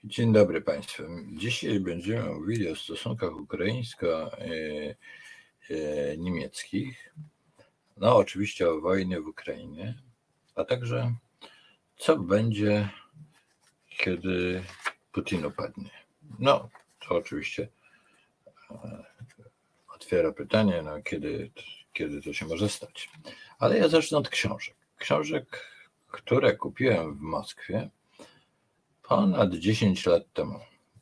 Dzień dobry Państwu. Dzisiaj będziemy mówili o stosunkach ukraińsko-niemieckich, no oczywiście o wojnie w Ukrainie, a także co będzie, kiedy Putin upadnie. No, to oczywiście otwiera pytanie, no kiedy to się może stać. Ale ja zacznę od książek. Książek, które kupiłem w Moskwie ponad 10 lat temu.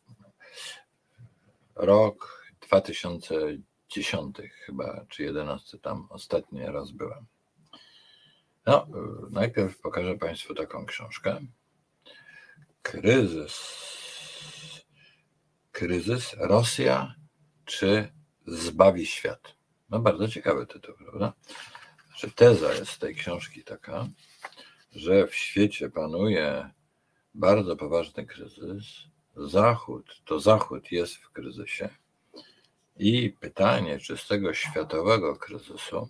Rok 2010 chyba, czy 11, tam ostatni raz byłem. No, najpierw pokażę Państwu taką książkę. Kryzys, Rosja czy zbawi świat? No bardzo ciekawy tytuł, prawda? Znaczy, teza jest z tej książki taka, że w świecie panuje bardzo poważny kryzys. Zachód jest w kryzysie i pytanie, czy z tego światowego kryzysu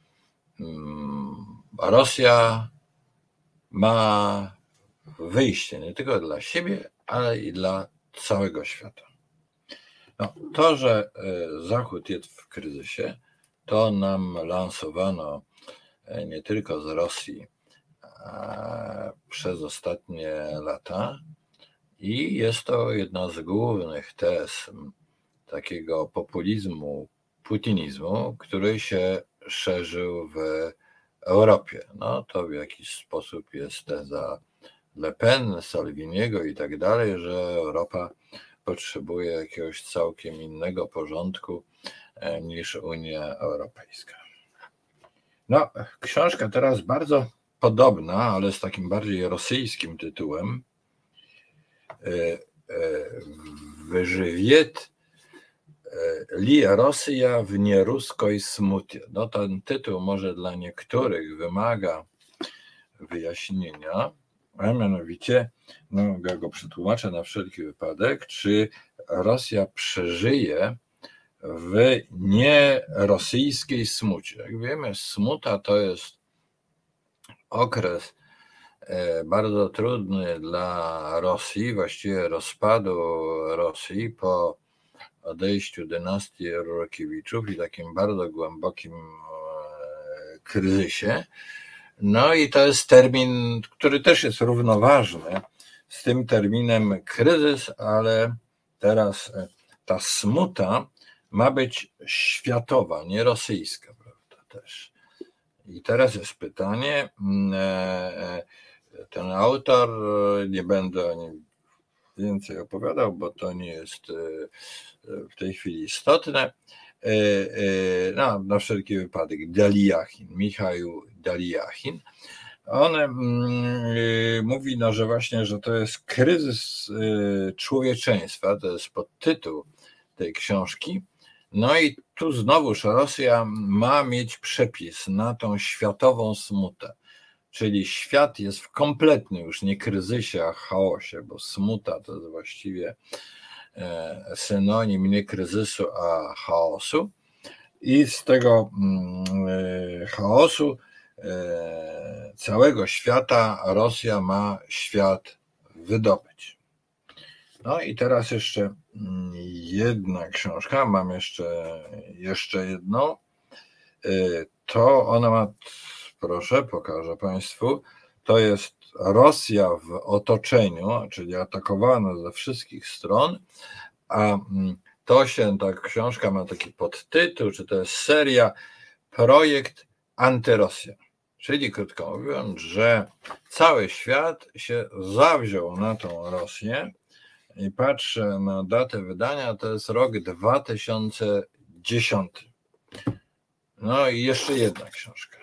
Rosja ma wyjście nie tylko dla siebie, ale i dla całego świata. No, to, że Zachód jest w kryzysie, to nam lansowano nie tylko z Rosji przez ostatnie lata i jest to jedna z głównych tez takiego populizmu, putinizmu, który się szerzył w Europie. No to w jakiś sposób jest teza Le Pen, Salviniego i tak dalej, że Europa potrzebuje jakiegoś całkiem innego porządku niż Unia Europejska. No, książka teraz bardzo podobna, ale z takim bardziej rosyjskim tytułem. Wyżywiet li Rosja w nieruskiej smucie. No, ten tytuł może dla niektórych wymaga wyjaśnienia, a mianowicie, no, ja go przetłumaczę na wszelki wypadek, czy Rosja przeżyje w nierosyjskiej smucie. Jak wiemy, smuta to jest okres bardzo trudny dla Rosji, właściwie rozpadu Rosji po odejściu dynastii Rurkiewiczów i takim bardzo głębokim kryzysie. No i to jest termin, który też jest równoważny z tym terminem kryzys, ale teraz ta smuta ma być światowa, nie rosyjska, prawda, też. I teraz jest pytanie, ten autor, nie będę o nim więcej opowiadał, bo to nie jest w tej chwili istotne, no, na wszelki wypadek Michał Daliachin, on mówi, no, że właśnie, że to jest kryzys człowieczeństwa, to jest podtytuł tej książki. No i tu znowuż Rosja ma mieć przepis na tą światową smutę, czyli świat jest w kompletnym już nie kryzysie, a chaosie, bo smuta to jest właściwie synonim nie kryzysu, a chaosu. I z tego chaosu całego świata Rosja ma świat wydobyć. No i teraz jeszcze jedna książka, mam jeszcze jedną. To ona ma, proszę, pokażę Państwu, to jest Rosja w otoczeniu, czyli atakowana ze wszystkich stron, a ta książka ma taki podtytuł, czy to jest seria Projekt Antyrosja. Czyli krótko mówiąc, że cały świat się zawziął na tą Rosję i patrzę na datę wydania, to jest rok 2010. No i jeszcze jedna książka.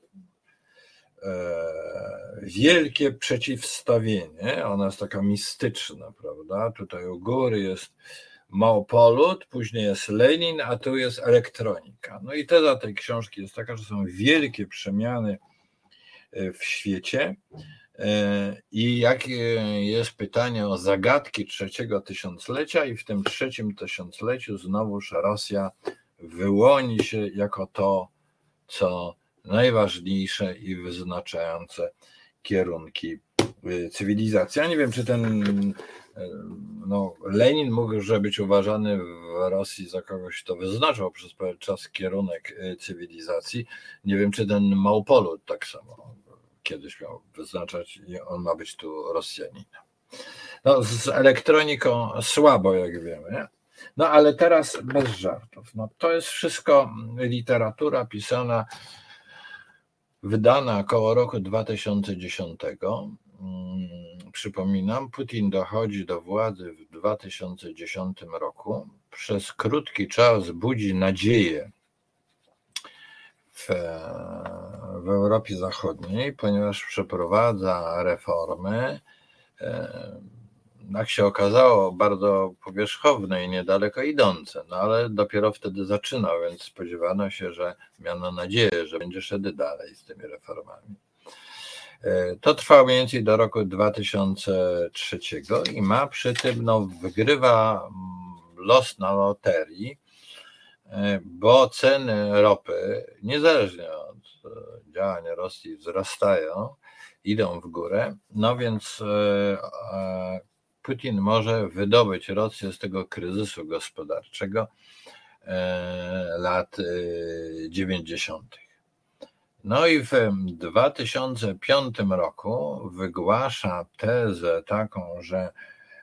Wielkie przeciwstawienie, ona jest taka mistyczna, prawda? Tutaj u góry jest Małpolut, później jest Lenin, a tu jest elektronika. No i teza tej książki jest taka, że są wielkie przemiany w świecie i jakie jest pytanie o zagadki trzeciego tysiąclecia i w tym trzecim tysiącleciu znowuż Rosja wyłoni się jako to, co najważniejsze i wyznaczające kierunki cywilizacji. Ja nie wiem, czy ten No, Lenin mógł być uważany w Rosji za kogoś, kto wyznaczał przez pewien czas kierunek cywilizacji. Nie wiem, czy ten Małpolut tak samo kiedyś miał wyznaczać i on ma być tu Rosjaninem. No, z elektroniką słabo, jak wiemy. No ale teraz bez żartów. No, to jest wszystko literatura pisana, wydana około roku 2010. Przypominam, Putin dochodzi do władzy w 2010 roku. Przez krótki czas budzi nadzieję w Europie Zachodniej, ponieważ przeprowadza reformy, jak się okazało, bardzo powierzchowne i niedaleko idące, no ale dopiero wtedy zaczynał, więc spodziewano się, że miano nadzieję, że będzie szedł dalej z tymi reformami. To trwało mniej więcej do roku 2003 i ma przy tym, wygrywa los na loterii, bo ceny ropy, niezależnie od działań Rosji, wzrastają, idą w górę, no więc Putin może wydobyć Rosję z tego kryzysu gospodarczego lat 90. No i w 2005 roku wygłasza tezę taką, że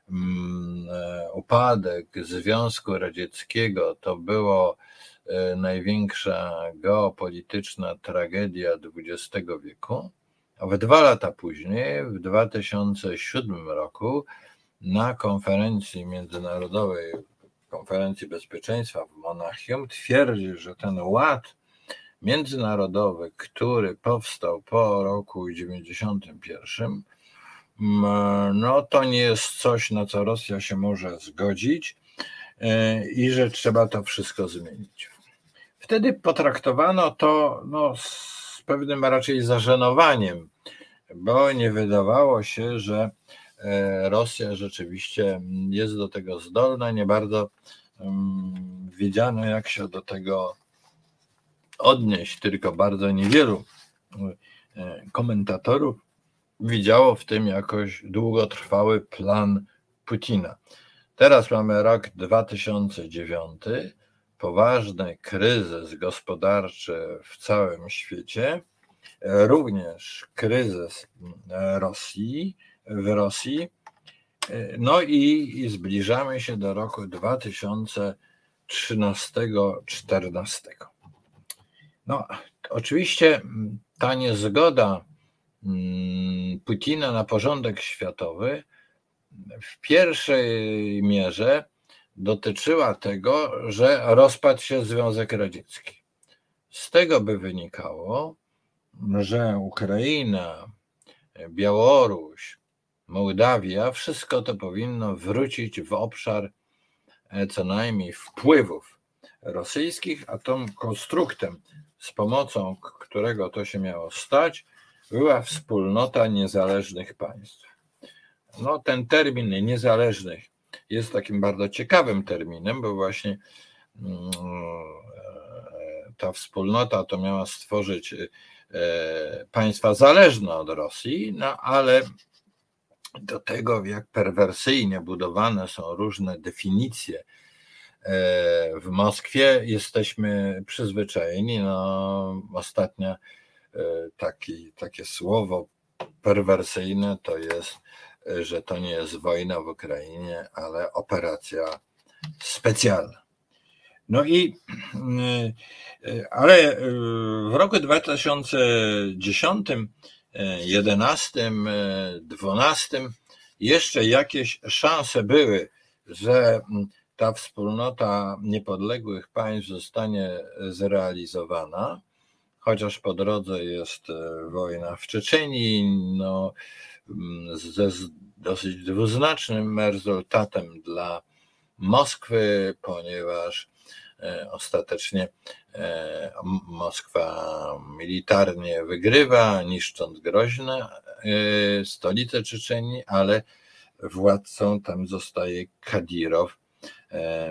upadek Związku Radzieckiego to było największa geopolityczna tragedia XX wieku, a 2 lata później, w 2007 roku, na konferencji międzynarodowej, konferencji bezpieczeństwa w Monachium, twierdzi, że ten ład międzynarodowy, który powstał po roku 91, no to nie jest coś, na co Rosja się może zgodzić i że trzeba to wszystko zmienić. Wtedy potraktowano to z pewnym raczej zażenowaniem, bo nie wydawało się, że Rosja rzeczywiście jest do tego zdolna, nie bardzo wiedziano, jak się do tego odnieść, tylko bardzo niewielu komentatorów widziało w tym jakoś długotrwały plan Putina. Teraz mamy rok 2009, poważny kryzys gospodarczy w całym świecie, również kryzys w Rosji, no i zbliżamy się do roku 2013-14. No, oczywiście ta niezgoda Putina na porządek światowy w pierwszej mierze dotyczyła tego, że rozpadł się Związek Radziecki. Z tego by wynikało, że Ukraina, Białoruś, Mołdawia, wszystko to powinno wrócić w obszar co najmniej wpływów rosyjskich, a tą konstruktem, z pomocą którego to się miało stać, była wspólnota niezależnych państw. No, ten termin niezależnych jest takim bardzo ciekawym terminem, bo właśnie ta wspólnota to miała stworzyć państwa zależne od Rosji, no ale do tego, jak perwersyjnie budowane są różne definicje w Moskwie, jesteśmy przyzwyczajeni. No, ostatnio takie słowo perwersyjne to jest, że to nie jest wojna w Ukrainie, ale operacja specjalna. No i ale w roku 2010, 11, 12 jeszcze jakieś szanse były, że ta wspólnota niepodległych państw zostanie zrealizowana, chociaż po drodze jest wojna w Czeczenii, no, ze dosyć dwuznacznym rezultatem dla Moskwy, ponieważ ostatecznie Moskwa militarnie wygrywa, niszcząc Groźne, stolicę Czeczenii, ale władcą tam zostaje Kadirow,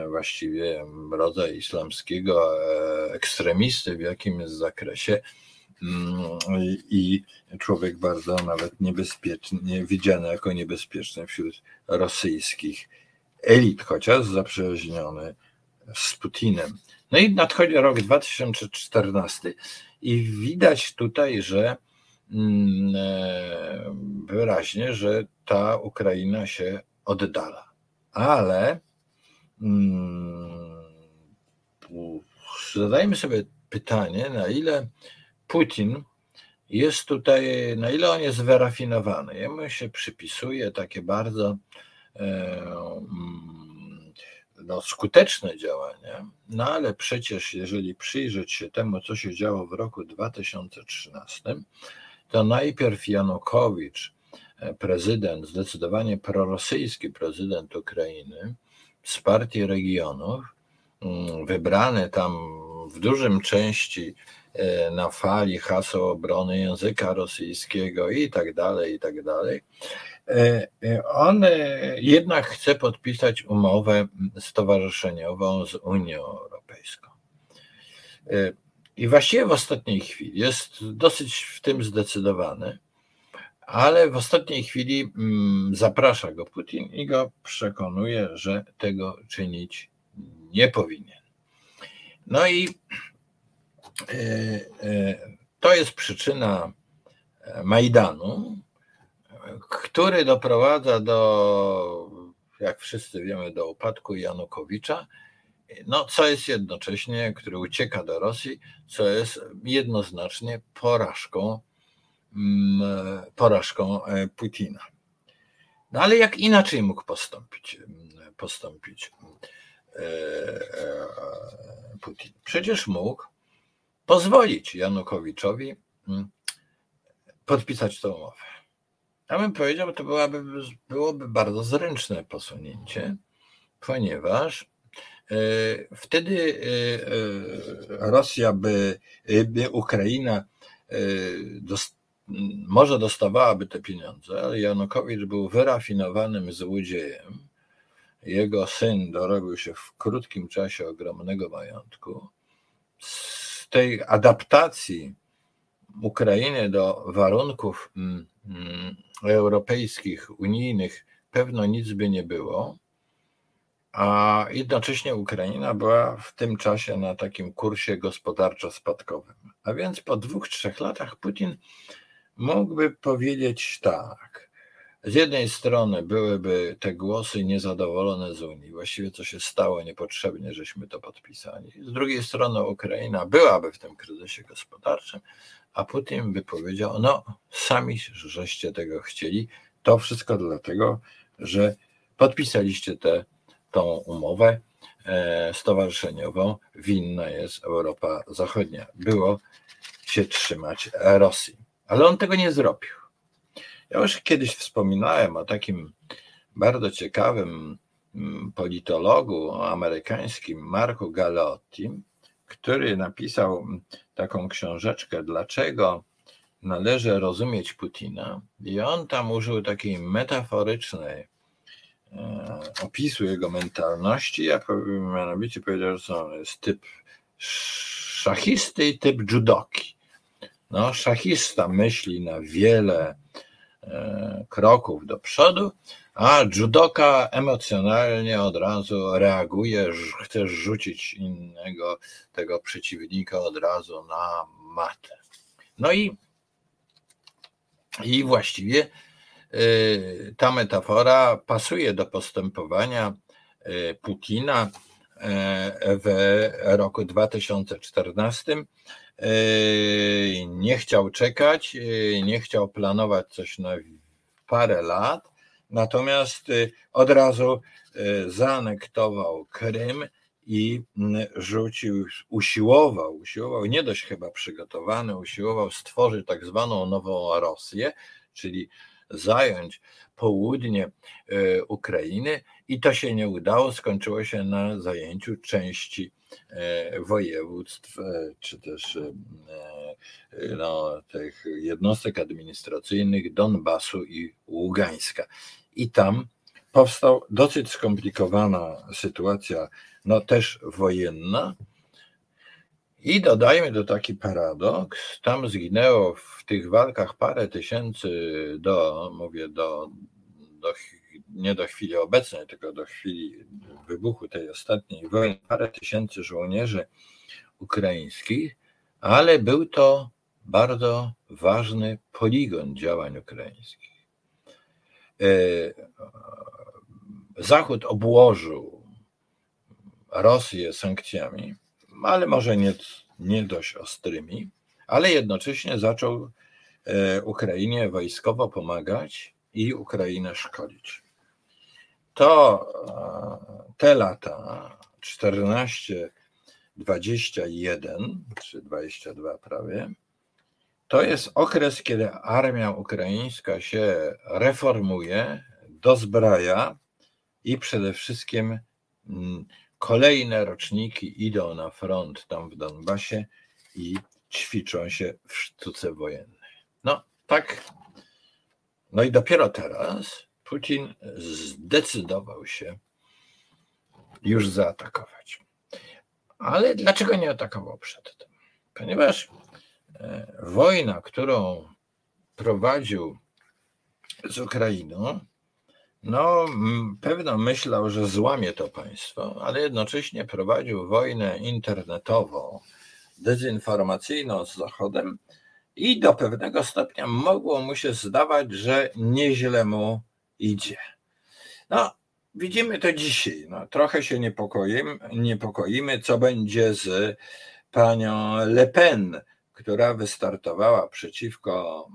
właściwie rodzaj islamskiego ekstremisty w jakimś zakresie, i człowiek bardzo nawet niebezpieczny, widziany jako niebezpieczny wśród rosyjskich elit, chociaż zaprzyjaźniony z Putinem. No i nadchodzi rok 2014 i widać tutaj, że wyraźnie, że ta Ukraina się oddala. Ale zadajmy sobie pytanie, na ile Putin jest tutaj, na ile on jest wyrafinowany. Jemu się przypisuje takie bardzo skuteczne działania, no ale przecież jeżeli przyjrzeć się temu, co się działo w roku 2013, to najpierw Janukowicz, prezydent, zdecydowanie prorosyjski prezydent Ukrainy z Partii Regionów, wybrany tam w dużym części na fali haseł obrony języka rosyjskiego i tak dalej, on jednak chce podpisać umowę stowarzyszeniową z Unią Europejską. I właściwie w ostatniej chwili jest dosyć w tym zdecydowany, ale w ostatniej chwili zaprasza go Putin i go przekonuje, że tego czynić nie powinien. No i to jest przyczyna Majdanu, który doprowadza do, jak wszyscy wiemy, do upadku Janukowicza, no co jest jednocześnie, który ucieka do Rosji, co jest jednoznacznie porażką Putina. No ale jak inaczej mógł postąpić Putin? Przecież mógł pozwolić Janukowiczowi podpisać tę umowę. Ja bym powiedział, to byłoby bardzo zręczne posunięcie, ponieważ wtedy Ukraina może dostawałaby te pieniądze, ale Janukowicz był wyrafinowanym złodziejem. Jego syn dorobił się w krótkim czasie ogromnego majątku. Z tej adaptacji Ukrainy do warunków europejskich, unijnych pewno nic by nie było, a jednocześnie Ukraina była w tym czasie na takim kursie gospodarczo-spadkowym. A więc po 2-3 latach Putin mógłby powiedzieć tak. Z jednej strony byłyby te głosy niezadowolone z Unii, właściwie co się stało niepotrzebnie, żeśmy to podpisali. Z drugiej strony Ukraina byłaby w tym kryzysie gospodarczym, a Putin by powiedział, no sami żeście tego chcieli, to wszystko dlatego, że podpisaliście tą umowę stowarzyszeniową, winna jest Europa Zachodnia. Było się trzymać Rosji. Ale on tego nie zrobił. Ja już kiedyś wspominałem o takim bardzo ciekawym politologu amerykańskim, Marku Galeottim, który napisał taką książeczkę, dlaczego należy rozumieć Putina. I on tam użył takiej metaforycznej opisu jego mentalności. Ja mianowicie powiedział, że jest typ szachisty i typ judoki. No, szachista myśli na wiele kroków do przodu, a judoka emocjonalnie od razu reaguje, chce rzucić tego przeciwnika od razu na matę. No i właściwie ta metafora pasuje do postępowania Putina w roku 2014. Nie chciał czekać, nie chciał planować coś na parę lat, natomiast od razu zaanektował Krym i usiłował, nie dość chyba przygotowany, usiłował stworzyć tak zwaną nową Rosję, czyli zająć południe Ukrainy i to się nie udało, skończyło się na zajęciu części województw, czy też tych jednostek administracyjnych Donbasu i Ługańska. I tam powstała dosyć skomplikowana sytuacja, też wojenna, I dodajmy do taki paradoks, tam zginęło w tych walkach parę tysięcy nie do chwili obecnej, tylko do chwili wybuchu tej ostatniej wojny, parę tysięcy żołnierzy ukraińskich, ale był to bardzo ważny poligon działań ukraińskich. Zachód obłożył Rosję sankcjami, ale może nie dość ostrymi, ale jednocześnie zaczął Ukrainie wojskowo pomagać i Ukrainę szkolić. Te lata 14, 21 czy 22 prawie, to jest okres, kiedy armia ukraińska się reformuje, dozbraja i przede wszystkim kolejne roczniki idą na front tam w Donbasie i ćwiczą się w sztuce wojennej. No tak. No i dopiero teraz Putin zdecydował się już zaatakować. Ale dlaczego nie atakował przedtem? Ponieważ wojna, którą prowadził z Ukrainą, no pewno myślał, że złamie to państwo, ale jednocześnie prowadził wojnę internetową, dezinformacyjną z Zachodem i do pewnego stopnia mogło mu się zdawać, że nieźle mu idzie. No, widzimy to dzisiaj. No, trochę się niepokoimy, co będzie z panią Le Pen, która wystartowała przeciwko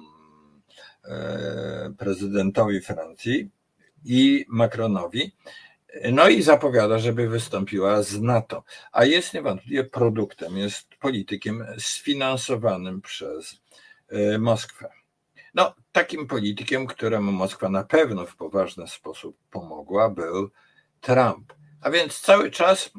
prezydentowi Francji i Macronowi, no i zapowiada, żeby wystąpiła z NATO, a jest niewątpliwie produktem, jest politykiem sfinansowanym przez Moskwę. No, takim politykiem, któremu Moskwa na pewno w poważny sposób pomogła, był Trump. A więc cały czas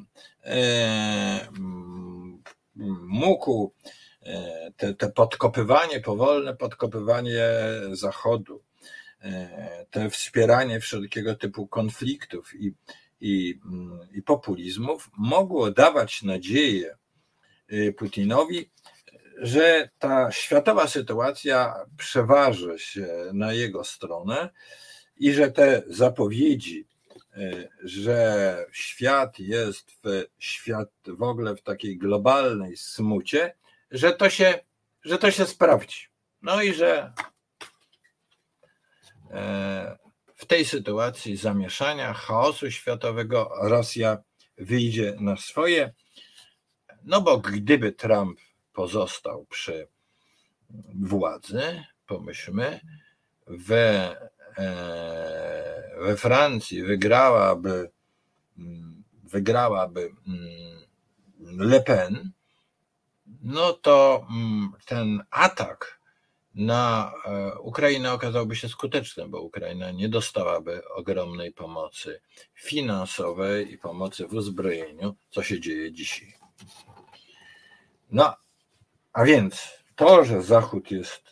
mógł te podkopywanie, powolne podkopywanie Zachodu, te wspieranie wszelkiego typu konfliktów i populizmów mogło dawać nadzieję Putinowi, że ta światowa sytuacja przeważy się na jego stronę i że te zapowiedzi, że świat jest w ogóle w takiej globalnej smucie, że to się sprawdzi. No i że w tej sytuacji zamieszania, chaosu światowego Rosja wyjdzie na swoje, no bo gdyby Trump pozostał przy władzy, pomyślmy, we Francji wygrałaby Le Pen, no to ten atak na Ukrainę okazałby się skuteczny, bo Ukraina nie dostałaby ogromnej pomocy finansowej i pomocy w uzbrojeniu, co się dzieje dzisiaj. No, a więc to, że Zachód jest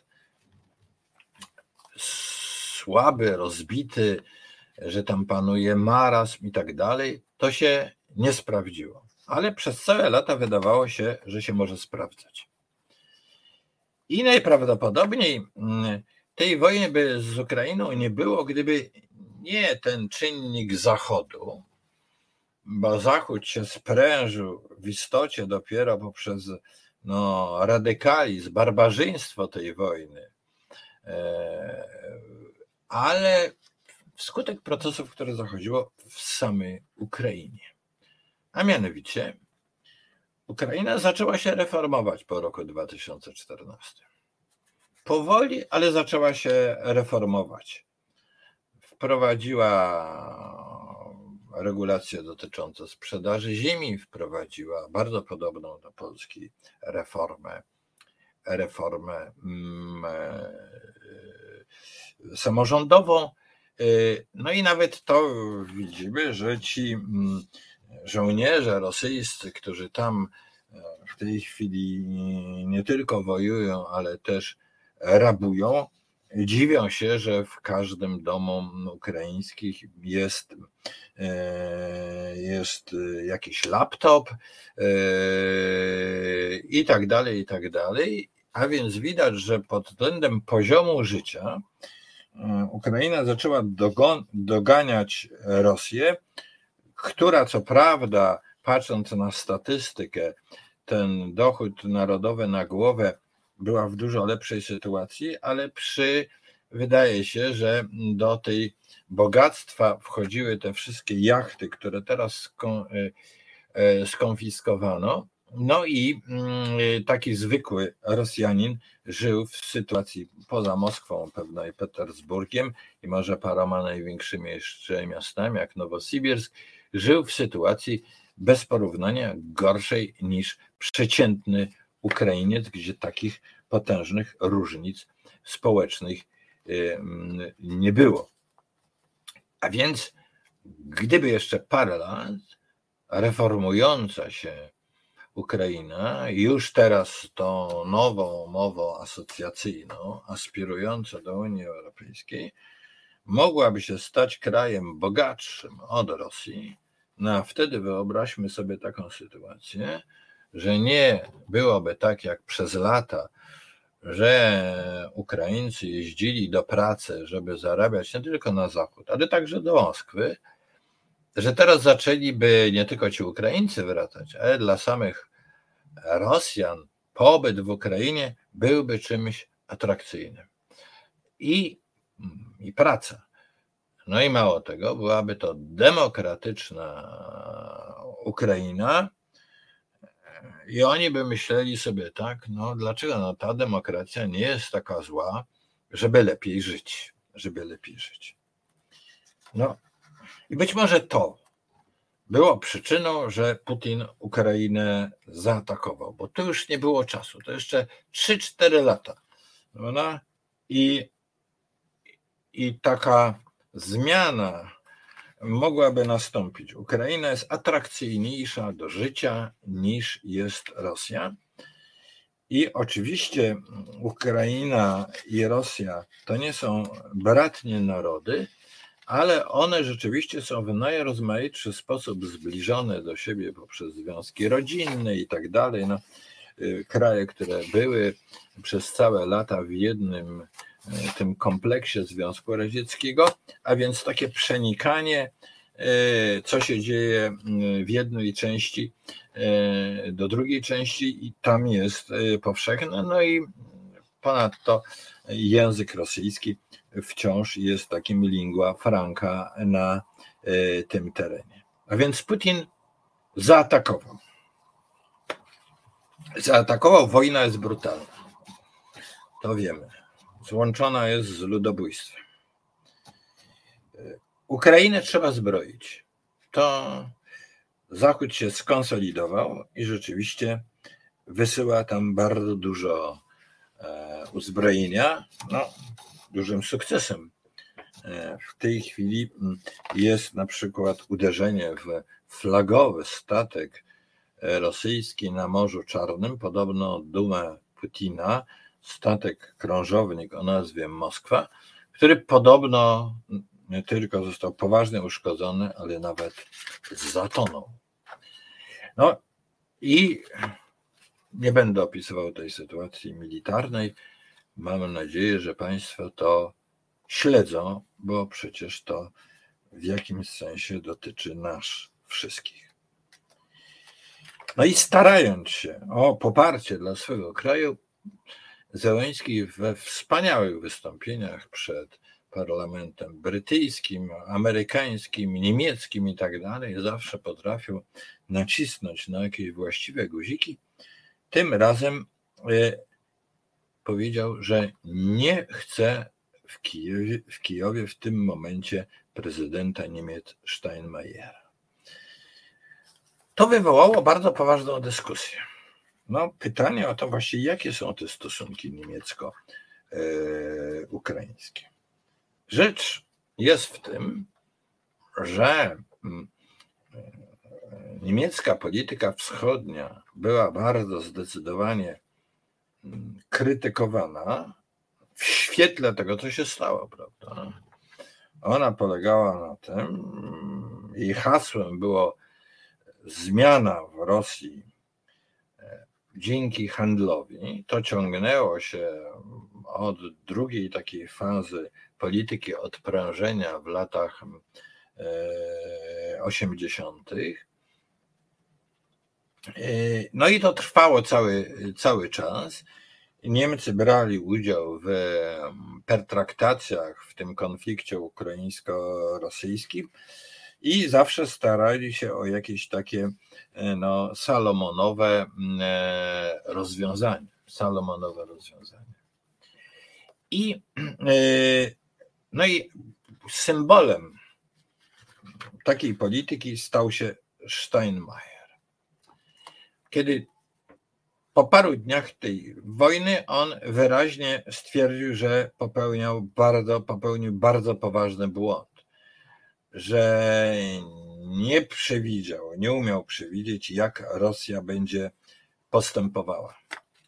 słaby, rozbity, że tam panuje marazm i tak dalej, to się nie sprawdziło. Ale przez całe lata wydawało się, że się może sprawdzać. I najprawdopodobniej tej wojny by z Ukrainą nie było, gdyby nie ten czynnik Zachodu, bo Zachód się sprężył w istocie dopiero poprzez radykalizm, barbarzyństwo tej wojny, ale wskutek procesów, które zachodziło w samej Ukrainie. A mianowicie Ukraina zaczęła się reformować po roku 2014. Powoli, ale zaczęła się reformować. Wprowadziła regulacje dotyczące sprzedaży ziemi, wprowadziła bardzo podobną do Polski reformę samorządową. No i nawet to widzimy, że ci żołnierze rosyjscy, którzy tam w tej chwili nie tylko wojują, ale też rabują, dziwią się, że w każdym domu ukraińskich jest jest jakiś laptop i tak dalej, i tak dalej. A więc widać, że pod względem poziomu życia Ukraina zaczęła doganiać Rosję, która co prawda, patrząc na statystykę, ten dochód narodowy na głowę była w dużo lepszej sytuacji, ale wydaje się, że do tej bogactwa wchodziły te wszystkie jachty, które teraz skonfiskowano. No i taki zwykły Rosjanin żył w sytuacji poza Moskwą, pewno i Petersburgiem i może paroma największymi jeszcze miastami jak Nowosibirsk, żył w sytuacji bez porównania gorszej niż przeciętny Ukrainiec, gdzie takich potężnych różnic społecznych nie było. A więc gdyby jeszcze parę lat reformująca się Ukraina, już teraz tą nową umową asocjacyjną, aspirująca do Unii Europejskiej, mogłaby się stać krajem bogatszym od Rosji, no a wtedy wyobraźmy sobie taką sytuację, że nie byłoby tak jak przez lata, że Ukraińcy jeździli do pracy, żeby zarabiać nie tylko na zachód, ale także do Moskwy, że teraz zaczęliby nie tylko ci Ukraińcy wracać, ale dla samych Rosjan pobyt w Ukrainie byłby czymś atrakcyjnym. I praca. No i mało tego, byłaby to demokratyczna Ukraina i oni by myśleli sobie tak, no dlaczego no ta demokracja nie jest taka zła, żeby lepiej żyć. No i być może to było przyczyną, że Putin Ukrainę zaatakował, bo to już nie było czasu, to jeszcze 3-4 lata. No, i taka zmiana mogłaby nastąpić. Ukraina jest atrakcyjniejsza do życia niż jest Rosja. I oczywiście Ukraina i Rosja to nie są bratnie narody, ale one rzeczywiście są w najrozmaitszy sposób zbliżone do siebie poprzez związki rodzinne i tak dalej. No, kraje, które były przez całe lata w jednym tym kompleksie Związku Radzieckiego, a więc takie przenikanie, co się dzieje w jednej części do drugiej części i tam jest powszechne. No i ponadto język rosyjski wciąż jest takim lingua franca na tym terenie. A więc Putin zaatakował. Wojna jest brutalna. To wiemy. Złączona jest z ludobójstwem. Ukrainę trzeba zbroić. To Zachód się skonsolidował i rzeczywiście wysyła tam bardzo dużo uzbrojenia. No, dużym sukcesem. W tej chwili jest na przykład uderzenie w flagowy statek rosyjski na Morzu Czarnym, podobno dumę Putina, statek krążownik o nazwie Moskwa, który podobno nie tylko został poważnie uszkodzony, ale nawet zatonął. No i nie będę opisywał tej sytuacji militarnej. Mam nadzieję, że Państwo to śledzą, bo przecież to w jakimś sensie dotyczy nas wszystkich. No i starając się o poparcie dla swego kraju, Zełenski we wspaniałych wystąpieniach przed parlamentem brytyjskim, amerykańskim, niemieckim i tak dalej zawsze potrafił nacisnąć na jakieś właściwe guziki. Tym razem powiedział, że nie chce w Kijowie w tym momencie prezydenta Niemiec Steinmeiera. To wywołało bardzo poważną dyskusję. No, pytanie o to właśnie, jakie są te stosunki niemiecko-ukraińskie. Rzecz jest w tym, że niemiecka polityka wschodnia była bardzo zdecydowanie krytykowana w świetle tego, co się stało, prawda? Ona polegała na tym, jej hasłem było zmiana w Rosji dzięki handlowi, to ciągnęło się od drugiej takiej fazy polityki odprężenia w latach 80. No i to trwało cały czas. Niemcy brali udział w pertraktacjach w tym konflikcie ukraińsko-rosyjskim i zawsze starali się o jakieś takie salomonowe rozwiązanie. I symbolem takiej polityki stał się Steinmeier. Kiedy po paru dniach tej wojny on wyraźnie stwierdził, że popełnił bardzo poważny błąd, że nie umiał przewidzieć, jak Rosja będzie postępowała.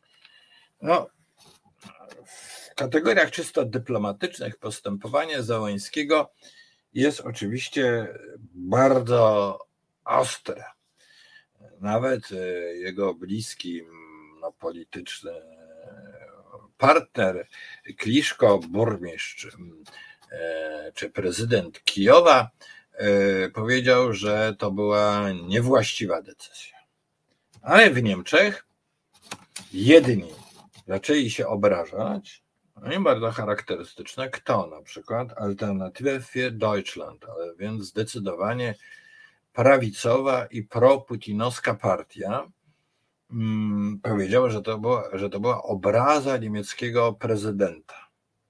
W kategoriach czysto dyplomatycznych postępowanie Zełenskiego jest oczywiście bardzo ostre. Nawet jego bliski polityczny partner Kliszko, burmistrz czy prezydent Kijowa, powiedział, że to była niewłaściwa decyzja. Ale w Niemczech jedni zaczęli się obrażać, i bardzo charakterystyczne, kto na przykład Alternative für Deutschland, ale więc zdecydowanie prawicowa i proputinowska partia, powiedział, że to była obraza niemieckiego prezydenta.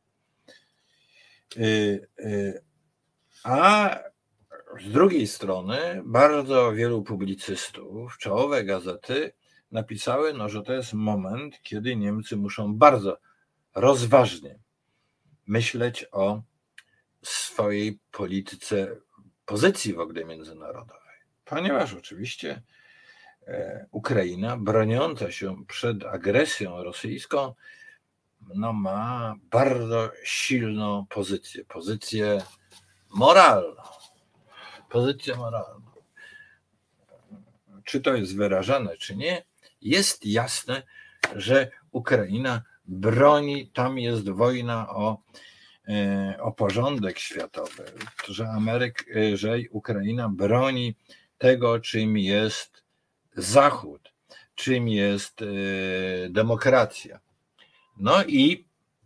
A z drugiej strony bardzo wielu publicystów, czołowe gazety napisały, że to jest moment, kiedy Niemcy muszą bardzo rozważnie myśleć o swojej polityce, pozycji w ogóle międzynarodowej. Ponieważ oczywiście Ukraina, broniąca się przed agresją rosyjską, ma bardzo silną pozycję moralną. Czy to jest wyrażane, czy nie, jest jasne, że Ukraina broni, tam jest wojna o porządek światowy, że Ukraina broni tego, czym jest Zachód, czym jest demokracja. I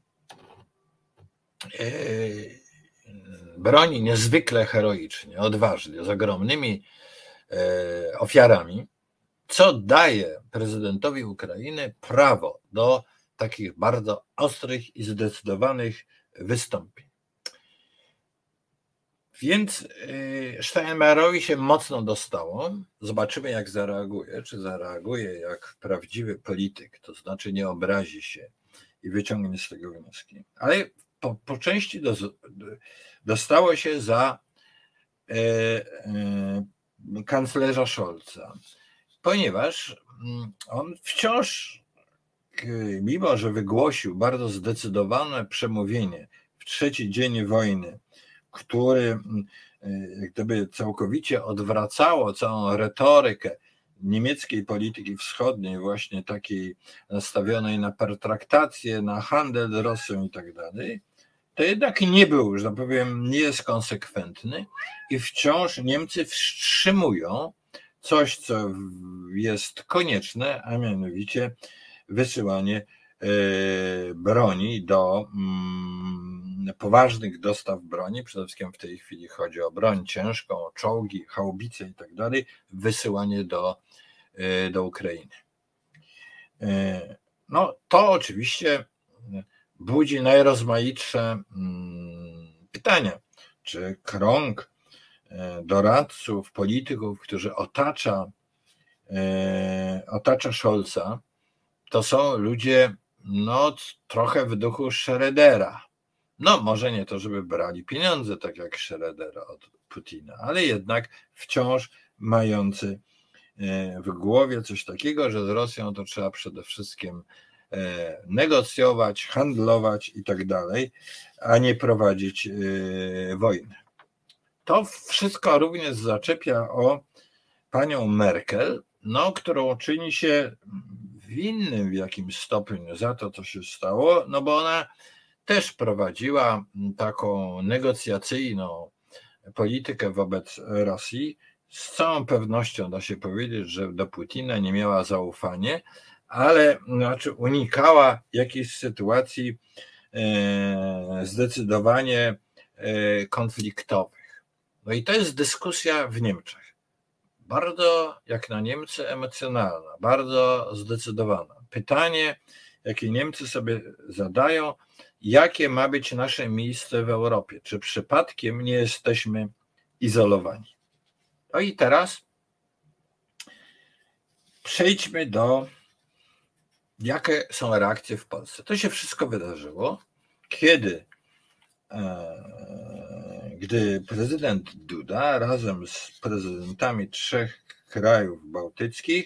broni niezwykle heroicznie, odważnie, z ogromnymi ofiarami, co daje prezydentowi Ukrainy prawo do takich bardzo ostrych i zdecydowanych wystąpień. Więc Steinmeierowi się mocno dostało. Zobaczymy, jak zareaguje. Czy zareaguje jak prawdziwy polityk, to znaczy nie obrazi się i wyciągnie z tego wnioski. Ale po części dostało się za kanclerza Scholza, ponieważ on wciąż, mimo że wygłosił bardzo zdecydowane przemówienie w trzeci dzień wojny, które jak gdyby całkowicie odwracało całą retorykę niemieckiej polityki wschodniej, właśnie takiej nastawionej na pertraktację, na handel z Rosją i tak dalej, to jednak nie był, że tak powiem, nie jest konsekwentny i wciąż Niemcy wstrzymują coś, co jest konieczne, a mianowicie wysyłanie broni do poważnych dostaw broni, przede wszystkim w tej chwili chodzi o broń ciężką, czołgi, haubice i tak dalej, wysyłanie do Ukrainy. To oczywiście budzi najrozmaitsze pytania. Czy krąg doradców, polityków, którzy otacza Scholza, to są ludzie trochę w duchu Schrödera. Może nie to, żeby brali pieniądze, tak jak Schröder od Putina, ale jednak wciąż mający w głowie coś takiego, że z Rosją to trzeba przede wszystkim negocjować, handlować i tak dalej, a nie prowadzić wojny. to wszystko również zaczepia o panią Merkel, którą czyni się winnym w jakimś stopniu za to, co się stało, bo ona też prowadziła taką negocjacyjną politykę wobec Rosji. Z całą pewnością da się powiedzieć, że do Putina nie miała zaufania, ale unikała jakichś sytuacji zdecydowanie konfliktowych. No i to jest dyskusja w Niemczech. Bardzo, jak na Niemcy, emocjonalna, bardzo zdecydowana. Pytanie, jakie Niemcy sobie zadają, jakie ma być nasze miejsce w Europie? Czy przypadkiem nie jesteśmy izolowani? No i teraz przejdźmy do, jakie są reakcje w Polsce. To się wszystko wydarzyło, gdy prezydent Duda razem z prezydentami 3 krajów bałtyckich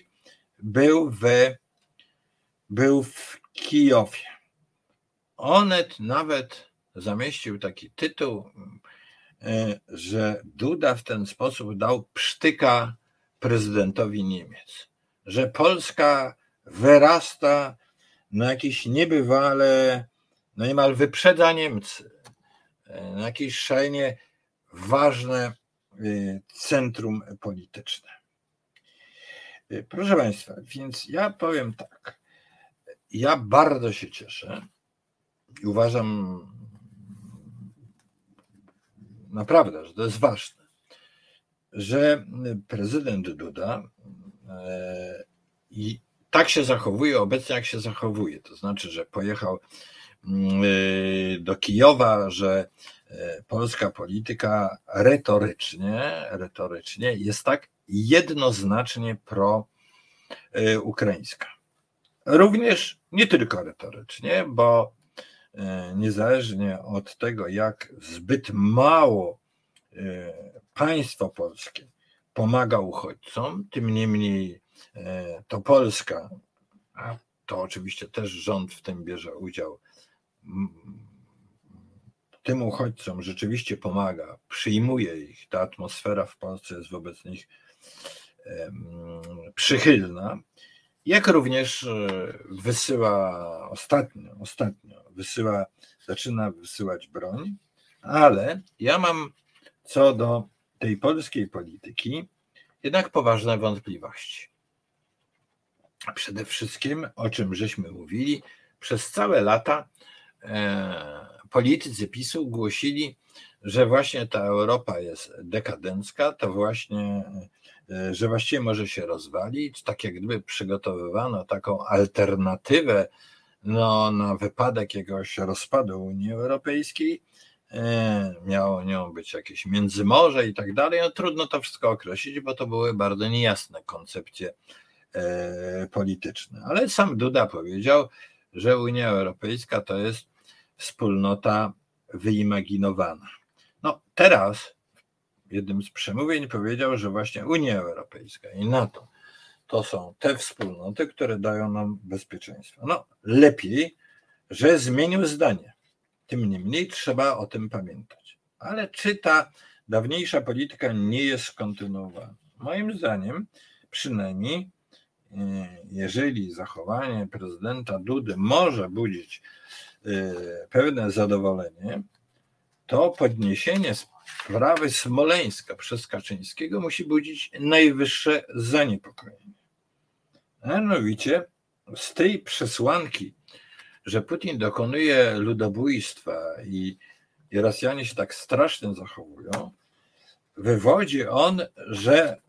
był w Kijowie. Onet nawet zamieścił taki tytuł, że Duda w ten sposób dał psztyka prezydentowi Niemiec, że Polska wyrasta na jakieś niebywale, niemal wyprzedza Niemcy, na jakieś szalenie ważne centrum polityczne. Proszę Państwa, więc ja powiem tak, ja bardzo się cieszę i uważam naprawdę, że to jest ważne, że prezydent Duda i tak się zachowuje obecnie, jak się zachowuje. To znaczy, że pojechał do Kijowa, że polska polityka retorycznie jest tak jednoznacznie proukraińska. Również nie tylko retorycznie, bo niezależnie od tego, jak zbyt mało państwo polskie pomaga uchodźcom, tym niemniej to Polska, a to oczywiście też rząd w tym bierze udział, tym uchodźcom rzeczywiście pomaga, przyjmuje ich, ta atmosfera w Polsce jest wobec nich przychylna, jak również wysyła zaczyna wysyłać broń, ale ja mam co do tej polskiej polityki jednak poważne wątpliwości. Przede wszystkim, o czym żeśmy mówili, przez całe lata politycy PiS-u głosili, że właśnie ta Europa jest dekadencka, to właśnie, że właściwie może się rozwalić, tak jak gdyby przygotowywano taką alternatywę na wypadek jakiegoś rozpadu Unii Europejskiej, miało nią być jakieś Międzymorze i tak dalej. Trudno to wszystko określić, bo to były bardzo niejasne koncepcje polityczne. Ale sam Duda powiedział, że Unia Europejska to jest wspólnota wyimaginowana. Teraz w jednym z przemówień powiedział, że właśnie Unia Europejska i NATO to są te wspólnoty, które dają nam bezpieczeństwo. Lepiej, że zmienił zdanie. Tym niemniej trzeba o tym pamiętać. Ale czy ta dawniejsza polityka nie jest kontynuowana? Moim zdaniem, przynajmniej, jeżeli zachowanie prezydenta Dudy może budzić pewne zadowolenie, to podniesienie sprawy Smoleńska przez Kaczyńskiego musi budzić najwyższe zaniepokojenie. Mianowicie z tej przesłanki, że Putin dokonuje ludobójstwa i Rosjanie się tak strasznie zachowują, wywodzi on, że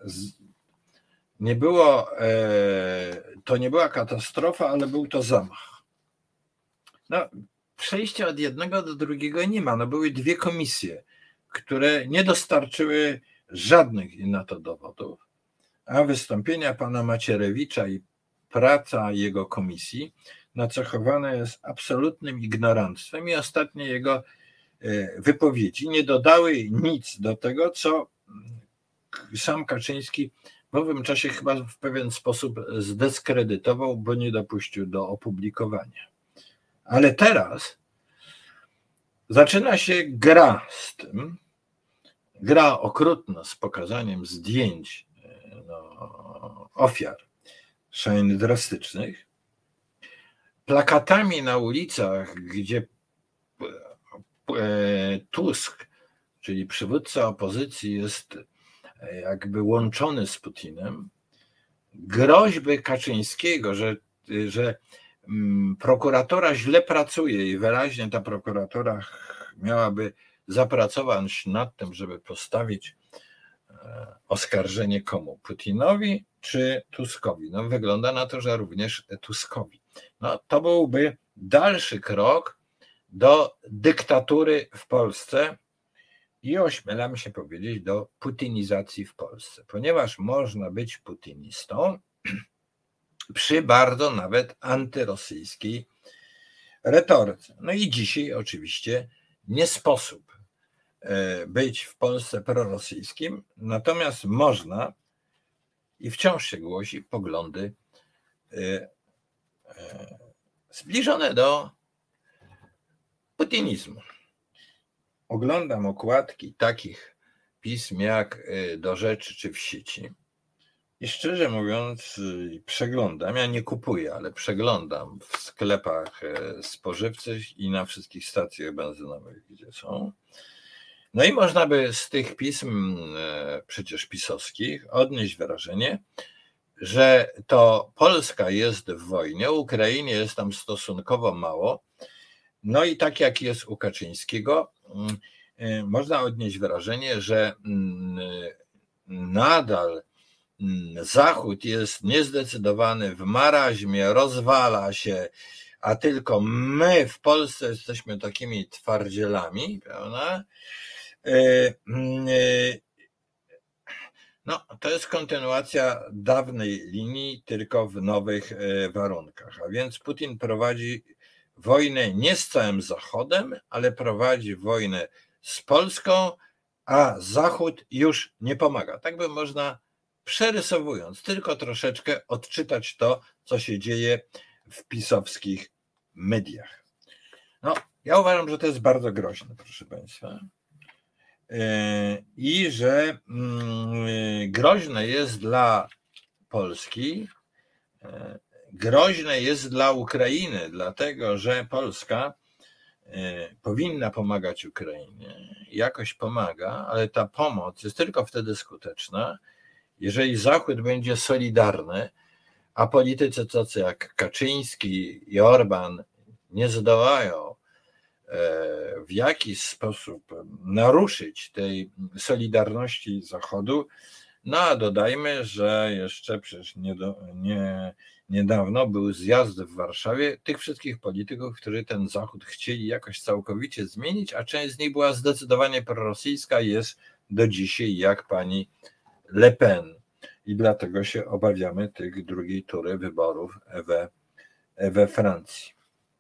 to nie była katastrofa, ale był to zamach. Przejścia od jednego do drugiego nie ma. Były 2 komisje, które nie dostarczyły żadnych na to dowodów, a wystąpienia pana Macierewicza i praca jego komisji nacechowana jest absolutnym ignoranstwem i ostatnie jego wypowiedzi nie dodały nic do tego, co sam Kaczyński w owym czasie chyba w pewien sposób zdyskredytował, bo nie dopuścił do opublikowania. Ale teraz zaczyna się gra z tym, gra okrutna z pokazaniem zdjęć ofiar szalenie drastycznych, plakatami na ulicach, gdzie Tusk, czyli przywódca opozycji, jest jakby łączony z Putinem, groźby Kaczyńskiego, że prokuratura źle pracuje i wyraźnie ta prokuratura miałaby zapracować nad tym, żeby postawić oskarżenie komu? Putinowi czy Tuskowi? No wygląda na to, że również Tuskowi. No to byłby dalszy krok do dyktatury w Polsce i ośmielam się powiedzieć do putinizacji w Polsce, ponieważ można być putinistą przy bardzo nawet antyrosyjskiej retoryce. No i dzisiaj oczywiście nie sposób być w Polsce prorosyjskim, natomiast można i wciąż się głosi poglądy zbliżone do putinizmu. Oglądam okładki takich pism jak Do Rzeczy czy w sieci i szczerze mówiąc przeglądam, ja nie kupuję, ale przeglądam w sklepach spożywczych i na wszystkich stacjach benzynowych, gdzie są. No i można by z tych pism przecież pisowskich odnieść wrażenie, że to Polska jest w wojnie, Ukrainie jest tam stosunkowo mało. No i tak jak jest u Kaczyńskiego, można odnieść wrażenie, że nadal Zachód jest niezdecydowany, w maraźmie, rozwala się, a tylko my w Polsce jesteśmy takimi twardzielami, prawda? No, to jest kontynuacja dawnej linii, tylko w nowych warunkach. A więc Putin prowadzi wojnę nie z całym Zachodem, ale prowadzi wojnę z Polską, a Zachód już nie pomaga. Tak by można, przerysowując, tylko troszeczkę odczytać to, co się dzieje w pisowskich mediach. No, ja uważam, że to jest bardzo groźne, proszę Państwa. I że groźne jest dla Polski, groźne jest dla Ukrainy, dlatego że Polska powinna pomagać Ukrainie, jakoś pomaga, ale ta pomoc jest tylko wtedy skuteczna, jeżeli Zachód będzie solidarny, a politycy tacy jak Kaczyński i Orban nie zdołają w jakiś sposób naruszyć tej solidarności Zachodu. No a dodajmy, że jeszcze przecież niedawno był zjazd w Warszawie tych wszystkich polityków, którzy ten Zachód chcieli jakoś całkowicie zmienić, a część z nich była zdecydowanie prorosyjska, jest do dzisiaj jak pani Le Pen. I dlatego się obawiamy tych drugiej tury wyborów we Francji.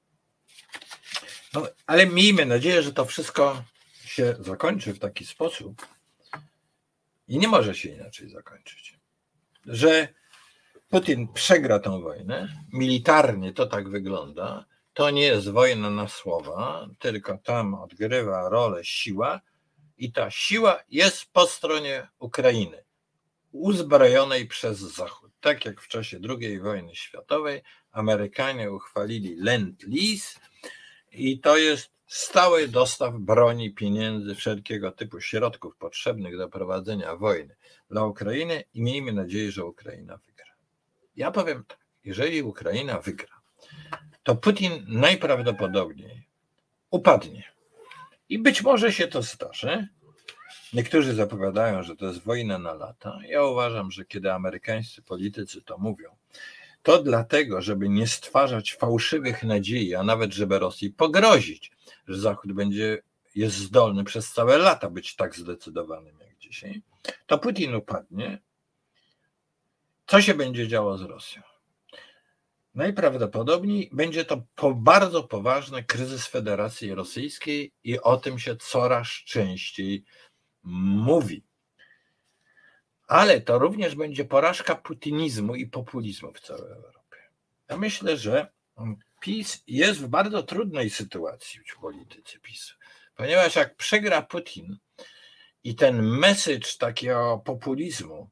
No, ale miejmy nadzieję, że to wszystko się zakończy w taki sposób i nie może się inaczej zakończyć, że Putin przegra tę wojnę, militarnie to tak wygląda, to nie jest wojna na słowa, tylko tam odgrywa rolę siła i ta siła jest po stronie Ukrainy, uzbrojonej przez Zachód. Tak jak w czasie II wojny światowej Amerykanie uchwalili Lend-Lease i to jest stały dostaw broni, pieniędzy, wszelkiego typu środków potrzebnych do prowadzenia wojny dla Ukrainy i miejmy nadzieję, że Ukraina wygra. Ja powiem tak, jeżeli Ukraina wygra, to Putin najprawdopodobniej upadnie. I być może się to zdarzy. Niektórzy zapowiadają, że to jest wojna na lata. Ja uważam, że kiedy amerykańscy politycy to mówią, to dlatego, żeby nie stwarzać fałszywych nadziei, a nawet żeby Rosji pogrozić, że Zachód jest zdolny przez całe lata być tak zdecydowanym jak dzisiaj, to Putin upadnie. Co się będzie działo z Rosją? Najprawdopodobniej będzie to bardzo poważny kryzys Federacji Rosyjskiej i o tym się coraz częściej mówi. Ale to również będzie porażka putinizmu i populizmu w całej Europie. Ja myślę, że PiS jest w bardzo trudnej sytuacji, politycy PiS, ponieważ jak przegra Putin, i ten message takiego populizmu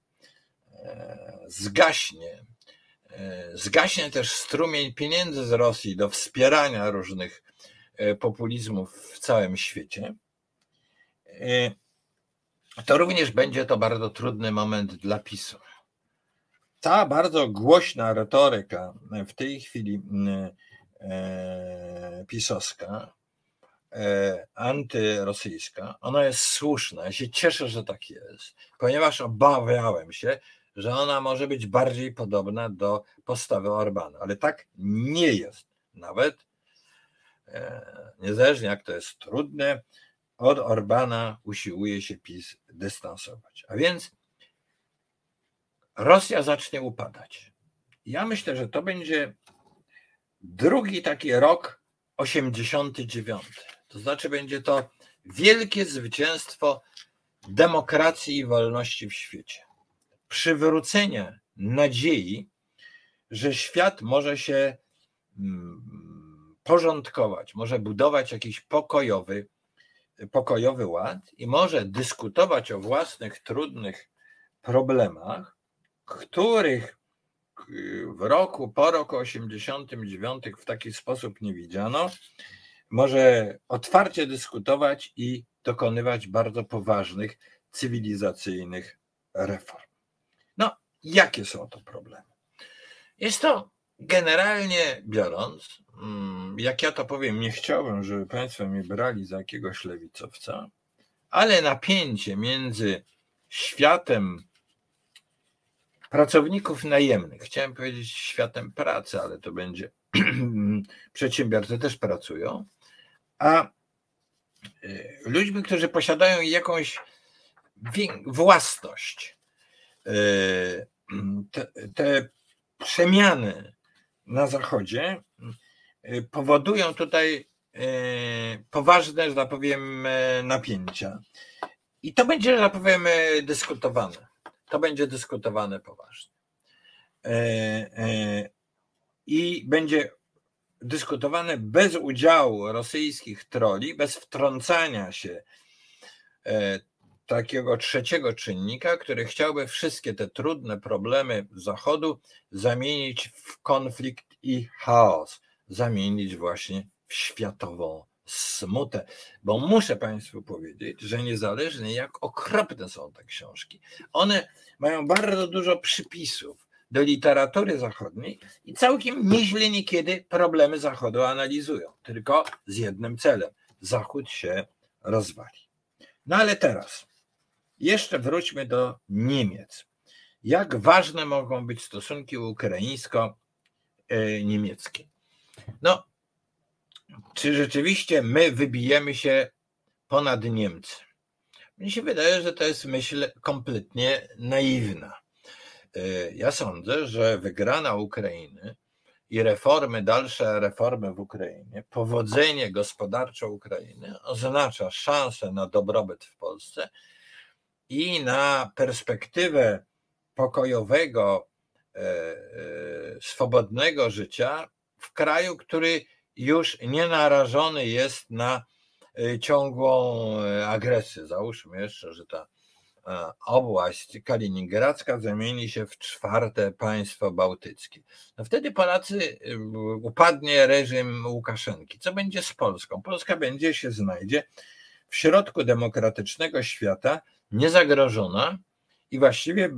zgaśnie też strumień pieniędzy z Rosji do wspierania różnych populizmów w całym świecie, to również będzie to bardzo trudny moment dla PiS-u. Ta bardzo głośna retoryka w tej chwili pisowska, antyrosyjska, ona jest słuszna. Ja się cieszę, że tak jest, ponieważ obawiałem się, że ona może być bardziej podobna do postawy Orbana, ale tak nie jest. Nawet niezależnie jak to jest trudne, od Orbana usiłuje się PiS dystansować. A więc Rosja zacznie upadać. Ja myślę, że to będzie drugi taki rok 89. To znaczy będzie to wielkie zwycięstwo demokracji i wolności w świecie. Przywrócenie nadziei, że świat może się porządkować, może budować jakiś pokojowy ład i może dyskutować o własnych trudnych problemach, których po roku 89 w taki sposób nie widziano, może otwarcie dyskutować i dokonywać bardzo poważnych, cywilizacyjnych reform. No, jakie są to problemy? Jest to generalnie biorąc, jak ja to powiem, nie chciałbym, żeby Państwo mnie brali za jakiegoś lewicowca, ale napięcie między światem pracowników najemnych, chciałem powiedzieć światem pracy, ale to będzie przedsiębiorcy też pracują, a ludźmi, którzy posiadają jakąś własność. Te przemiany na Zachodzie powodują tutaj poważne, że tak powiem, napięcia. I to będzie, że tak powiem, dyskutowane. To będzie dyskutowane poważnie. I będzie dyskutowane bez udziału rosyjskich troli, bez wtrącania się takiego trzeciego czynnika, który chciałby wszystkie te trudne problemy Zachodu zamienić w konflikt i chaos, zamienić właśnie w światową smutę. Bo muszę Państwu powiedzieć, że niezależnie jak okropne są te książki, one mają bardzo dużo przypisów do literatury zachodniej i całkiem nieźle niekiedy problemy Zachodu analizują, tylko z jednym celem: Zachód się rozwali. No ale teraz jeszcze wróćmy do Niemiec. Jak ważne mogą być stosunki ukraińsko-niemieckie? No, czy rzeczywiście my wybijemy się ponad Niemcy? Mnie się wydaje, że to jest myśl kompletnie naiwna. Ja sądzę, że wygrana Ukrainy i dalsze reformy w Ukrainie, powodzenie gospodarcze Ukrainy oznacza szansę na dobrobyt w Polsce i na perspektywę pokojowego, swobodnego życia w kraju, który już nie narażony jest na ciągłą agresję. Załóżmy jeszcze, że ta oblast kaliningradzka zamieni się w czwarte państwo bałtyckie. No wtedy Polacy, upadnie reżim Łukaszenki. Co będzie z Polską? Polska się znajdzie w środku demokratycznego świata, niezagrożona i właściwie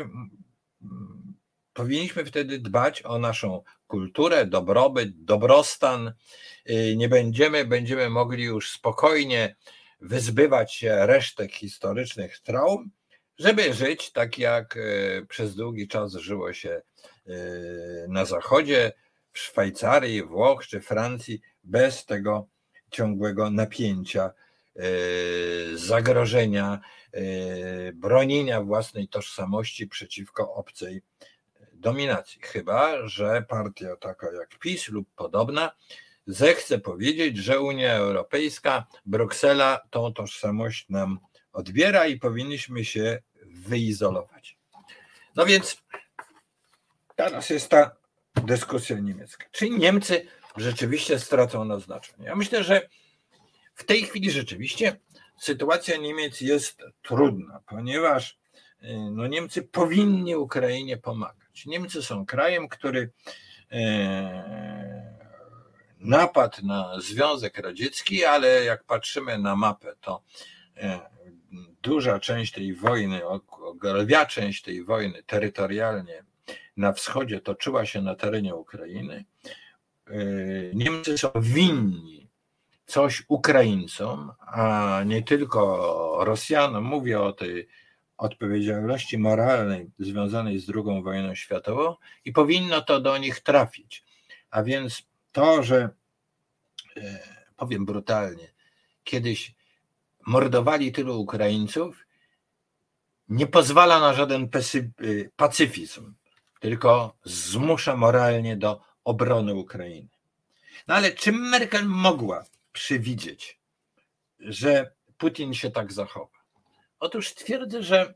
powinniśmy wtedy dbać o naszą kulturę, dobrobyt, dobrostan. Nie będziemy mogli już spokojnie wyzbywać się resztek historycznych traum, żeby żyć tak jak przez długi czas żyło się na Zachodzie, w Szwajcarii, Włoch czy Francji, bez tego ciągłego napięcia, zagrożenia, bronienia własnej tożsamości przeciwko obcej dominacji. Chyba że partia taka jak PiS lub podobna zechce powiedzieć, że Unia Europejska, Bruksela tą tożsamość nam odbiera i powinniśmy się wyizolować. No więc teraz jest ta dyskusja niemiecka. Czy Niemcy rzeczywiście stracą na znaczeniu? Ja myślę, że w tej chwili rzeczywiście sytuacja Niemiec jest trudna, ponieważ Niemcy powinni Ukrainie pomagać. Niemcy są krajem, który napadł na Związek Radziecki, ale jak patrzymy na mapę, to duża część tej wojny, lwia część tej wojny terytorialnie na wschodzie toczyła się na terenie Ukrainy. Niemcy są winni coś Ukraińcom, a nie tylko Rosjanom. Mówię o tej odpowiedzialności moralnej związanej z II wojną światową i powinno to do nich trafić. A więc to, że powiem brutalnie, kiedyś mordowali tylu Ukraińców, nie pozwala na żaden pacyfizm, tylko zmusza moralnie do obrony Ukrainy. No ale czy Merkel mogła przewidzieć, że Putin się tak zachowa? Otóż twierdzę, że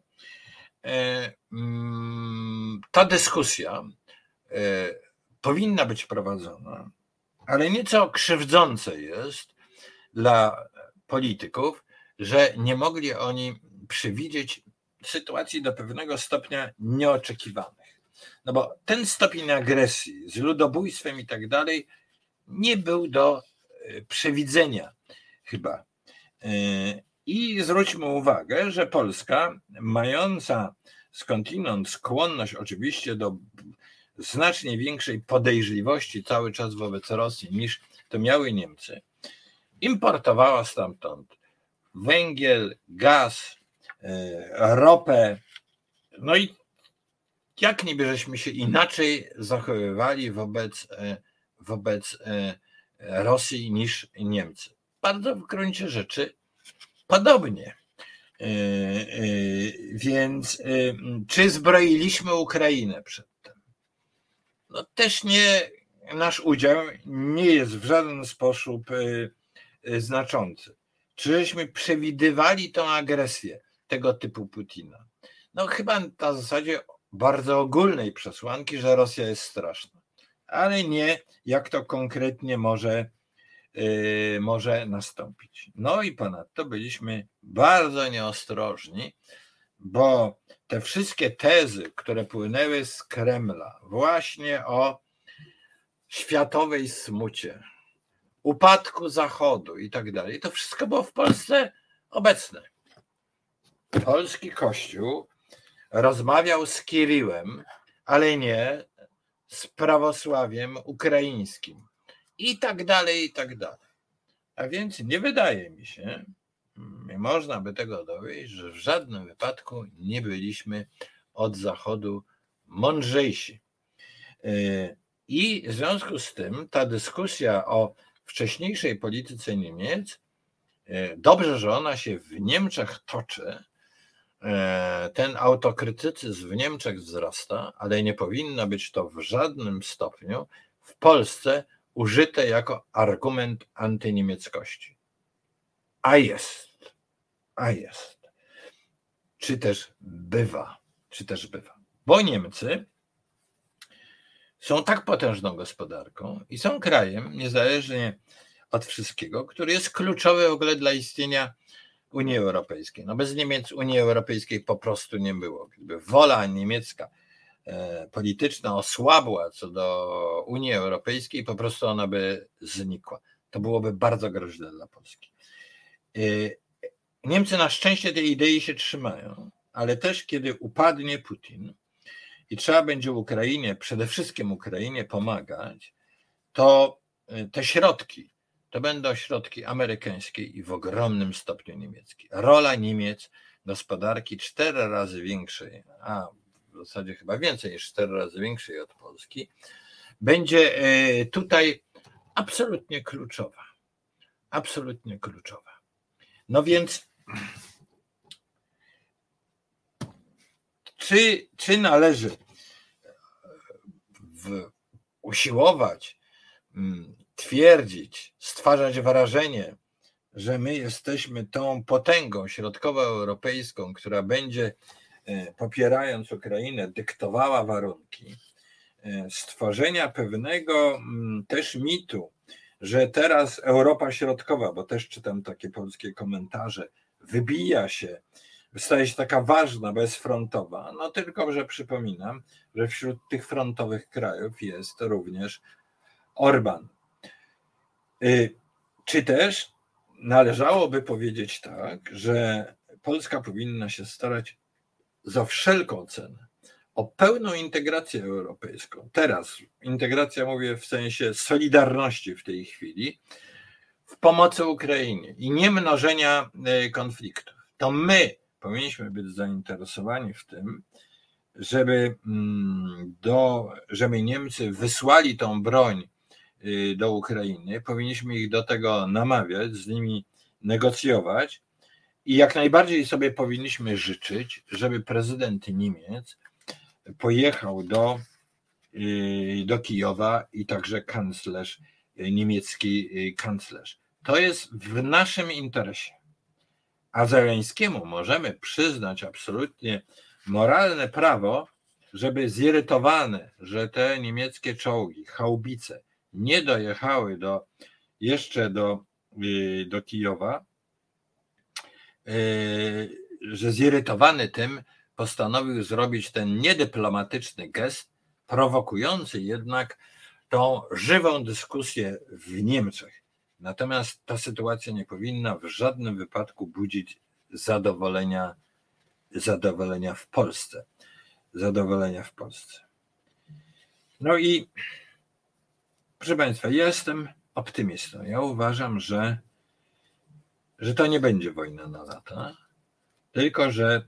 ta dyskusja powinna być prowadzona, ale nieco krzywdzące jest dla polityków, że nie mogli oni przewidzieć sytuacji do pewnego stopnia nieoczekiwanych. No bo ten stopień agresji z ludobójstwem i tak dalej nie był do przewidzenia chyba. I zwróćmy uwagę, że Polska, mająca skądinąd skłonność oczywiście do znacznie większej podejrzliwości cały czas wobec Rosji niż to miały Niemcy, importowała stamtąd węgiel, gaz, ropę. No i jak niby żeśmy się inaczej zachowywali wobec Rosji niż Niemcy? Bardzo w gruncie rzeczy podobnie. Więc czy zbroiliśmy Ukrainę przedtem? No też nie, nasz udział nie jest w żaden sposób znaczący. Czy żeśmy przewidywali tą agresję tego typu Putina? No chyba na zasadzie bardzo ogólnej przesłanki, że Rosja jest straszna, ale nie jak to konkretnie może nastąpić. No i ponadto byliśmy bardzo nieostrożni, bo te wszystkie tezy, które płynęły z Kremla właśnie o światowej smucie, upadku Zachodu i tak dalej, to wszystko było w Polsce obecne. Polski Kościół rozmawiał z Kiryłem, ale nie z prawosławiem ukraińskim. I tak dalej, i tak dalej. A więc nie wydaje mi się, nie można by tego dowieść, że w żadnym wypadku nie byliśmy od Zachodu mądrzejsi. I w związku z tym ta dyskusja o wcześniejszej polityce Niemiec, dobrze, że ona się w Niemczech toczy, ten autokrytycyzm w Niemczech wzrasta, ale nie powinno być to w żadnym stopniu w Polsce użyte jako argument antyniemieckości. A jest. Czy też bywa. Bo Niemcy są tak potężną gospodarką i są krajem, niezależnie od wszystkiego, który jest kluczowy w ogóle dla istnienia Unii Europejskiej. No bez Niemiec Unii Europejskiej po prostu nie było. Gdyby wola niemiecka polityczna osłabła co do Unii Europejskiej, po prostu ona by znikła. To byłoby bardzo groźne dla Polski. Niemcy na szczęście tej idei się trzymają, ale też kiedy upadnie Putin i trzeba będzie Ukrainie, przede wszystkim Ukrainie pomagać, to te środki to będą środki amerykańskie i w ogromnym stopniu niemieckie. Rola Niemiec, gospodarki 4 razy większej, a w zasadzie chyba więcej niż 4 razy większej od Polski, będzie tutaj absolutnie kluczowa. Absolutnie kluczowa. No więc czy należy usiłować, twierdzić, stwarzać wrażenie, że my jesteśmy tą potęgą środkowoeuropejską, która będzie, popierając Ukrainę, dyktowała warunki stworzenia pewnego też mitu, że teraz Europa Środkowa, bo też czytam takie polskie komentarze, wybija się, staje się taka ważna, bezfrontowa, no tylko, że przypominam, że wśród tych frontowych krajów jest również Orbán. Czy też należałoby powiedzieć tak, że Polska powinna się starać za wszelką cenę o pełną integrację europejską. Teraz integracja mówię w sensie solidarności w tej chwili, w pomocy Ukrainie i nie mnożenia konfliktów. To my powinniśmy być zainteresowani w tym, żeby Niemcy wysłali tą broń do Ukrainy, powinniśmy ich do tego namawiać, z nimi negocjować i jak najbardziej sobie powinniśmy życzyć, żeby prezydent Niemiec pojechał do Kijowa i także kanclerz, niemiecki kanclerz. To jest w naszym interesie. A Zełenskiemu możemy przyznać absolutnie moralne prawo, żeby zirytowany, że te niemieckie czołgi, haubice nie dojechały jeszcze do Kijowa, że zirytowany tym postanowił zrobić ten niedyplomatyczny gest, prowokujący jednak tą żywą dyskusję w Niemczech. Natomiast ta sytuacja nie powinna w żadnym wypadku budzić zadowolenia w Polsce. No i proszę Państwa, ja jestem optymistą. Ja uważam, że to nie będzie wojna na lata, tylko że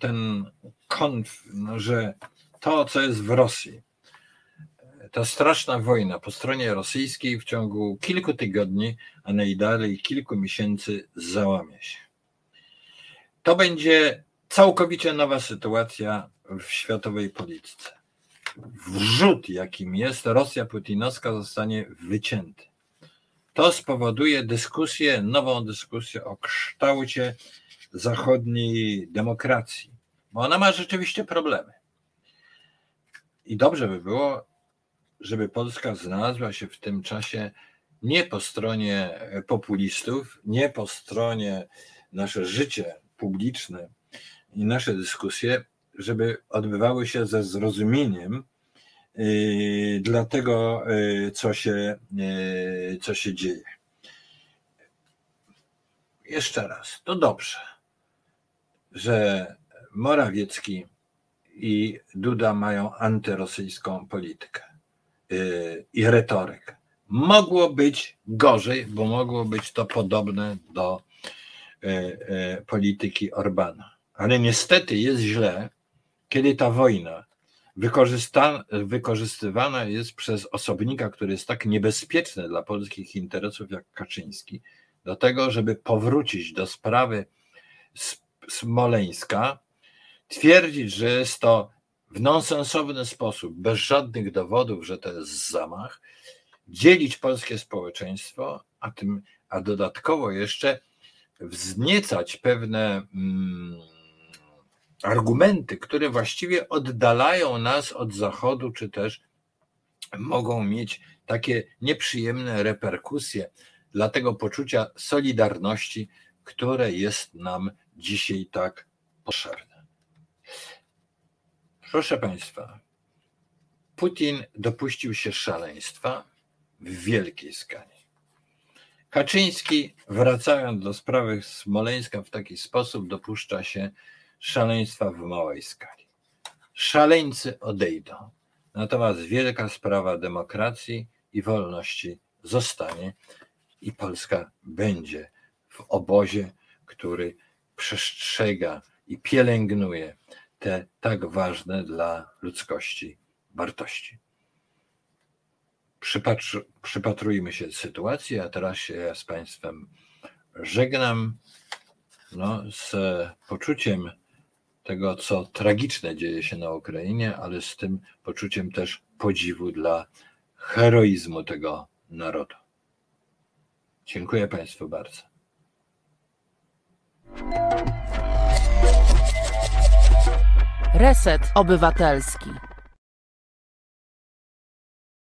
że to, co jest w Rosji, ta straszna wojna po stronie rosyjskiej w ciągu kilku tygodni, a najdalej kilku miesięcy załamie się. To będzie całkowicie nowa sytuacja w światowej polityce. Wrzód, jakim jest Rosja putinowska, zostanie wycięty. To spowoduje nową dyskusję o kształcie zachodniej demokracji, bo ona ma rzeczywiście problemy. I dobrze by było, żeby Polska znalazła się w tym czasie nie po stronie populistów, nie po stronie nasze życie publiczne i nasze dyskusje, żeby odbywały się ze zrozumieniem dla tego, co się dzieje. Jeszcze raz, to dobrze, że Morawiecki i Duda mają antyrosyjską politykę i retorykę. Mogło być gorzej, bo mogło być to podobne do polityki Orbána. Ale niestety jest źle, kiedy ta wojna wykorzystywana jest przez osobnika, który jest tak niebezpieczny dla polskich interesów jak Kaczyński, do tego, żeby powrócić do sprawy Smoleńska, twierdzić, że jest to w nonsensowny sposób, bez żadnych dowodów, że to jest zamach, dzielić polskie społeczeństwo, a dodatkowo jeszcze wzniecać pewne argumenty, które właściwie oddalają nas od Zachodu, czy też mogą mieć takie nieprzyjemne reperkusje dla tego poczucia solidarności, które jest nam dzisiaj tak potrzebne. Proszę Państwa, Putin dopuścił się szaleństwa w wielkiej skali. Kaczyński, wracając do sprawy Smoleńska w taki sposób, dopuszcza się szaleństwa w małej skali. Szaleńcy odejdą, natomiast wielka sprawa demokracji i wolności zostanie i Polska będzie w obozie, który przestrzega i pielęgnuje te tak ważne dla ludzkości wartości. Przypatrujmy się sytuacji, a teraz się ja z Państwem żegnam z poczuciem tego, co tragiczne dzieje się na Ukrainie, ale z tym poczuciem też podziwu dla heroizmu tego narodu. Dziękuję Państwu bardzo. Reset Obywatelski.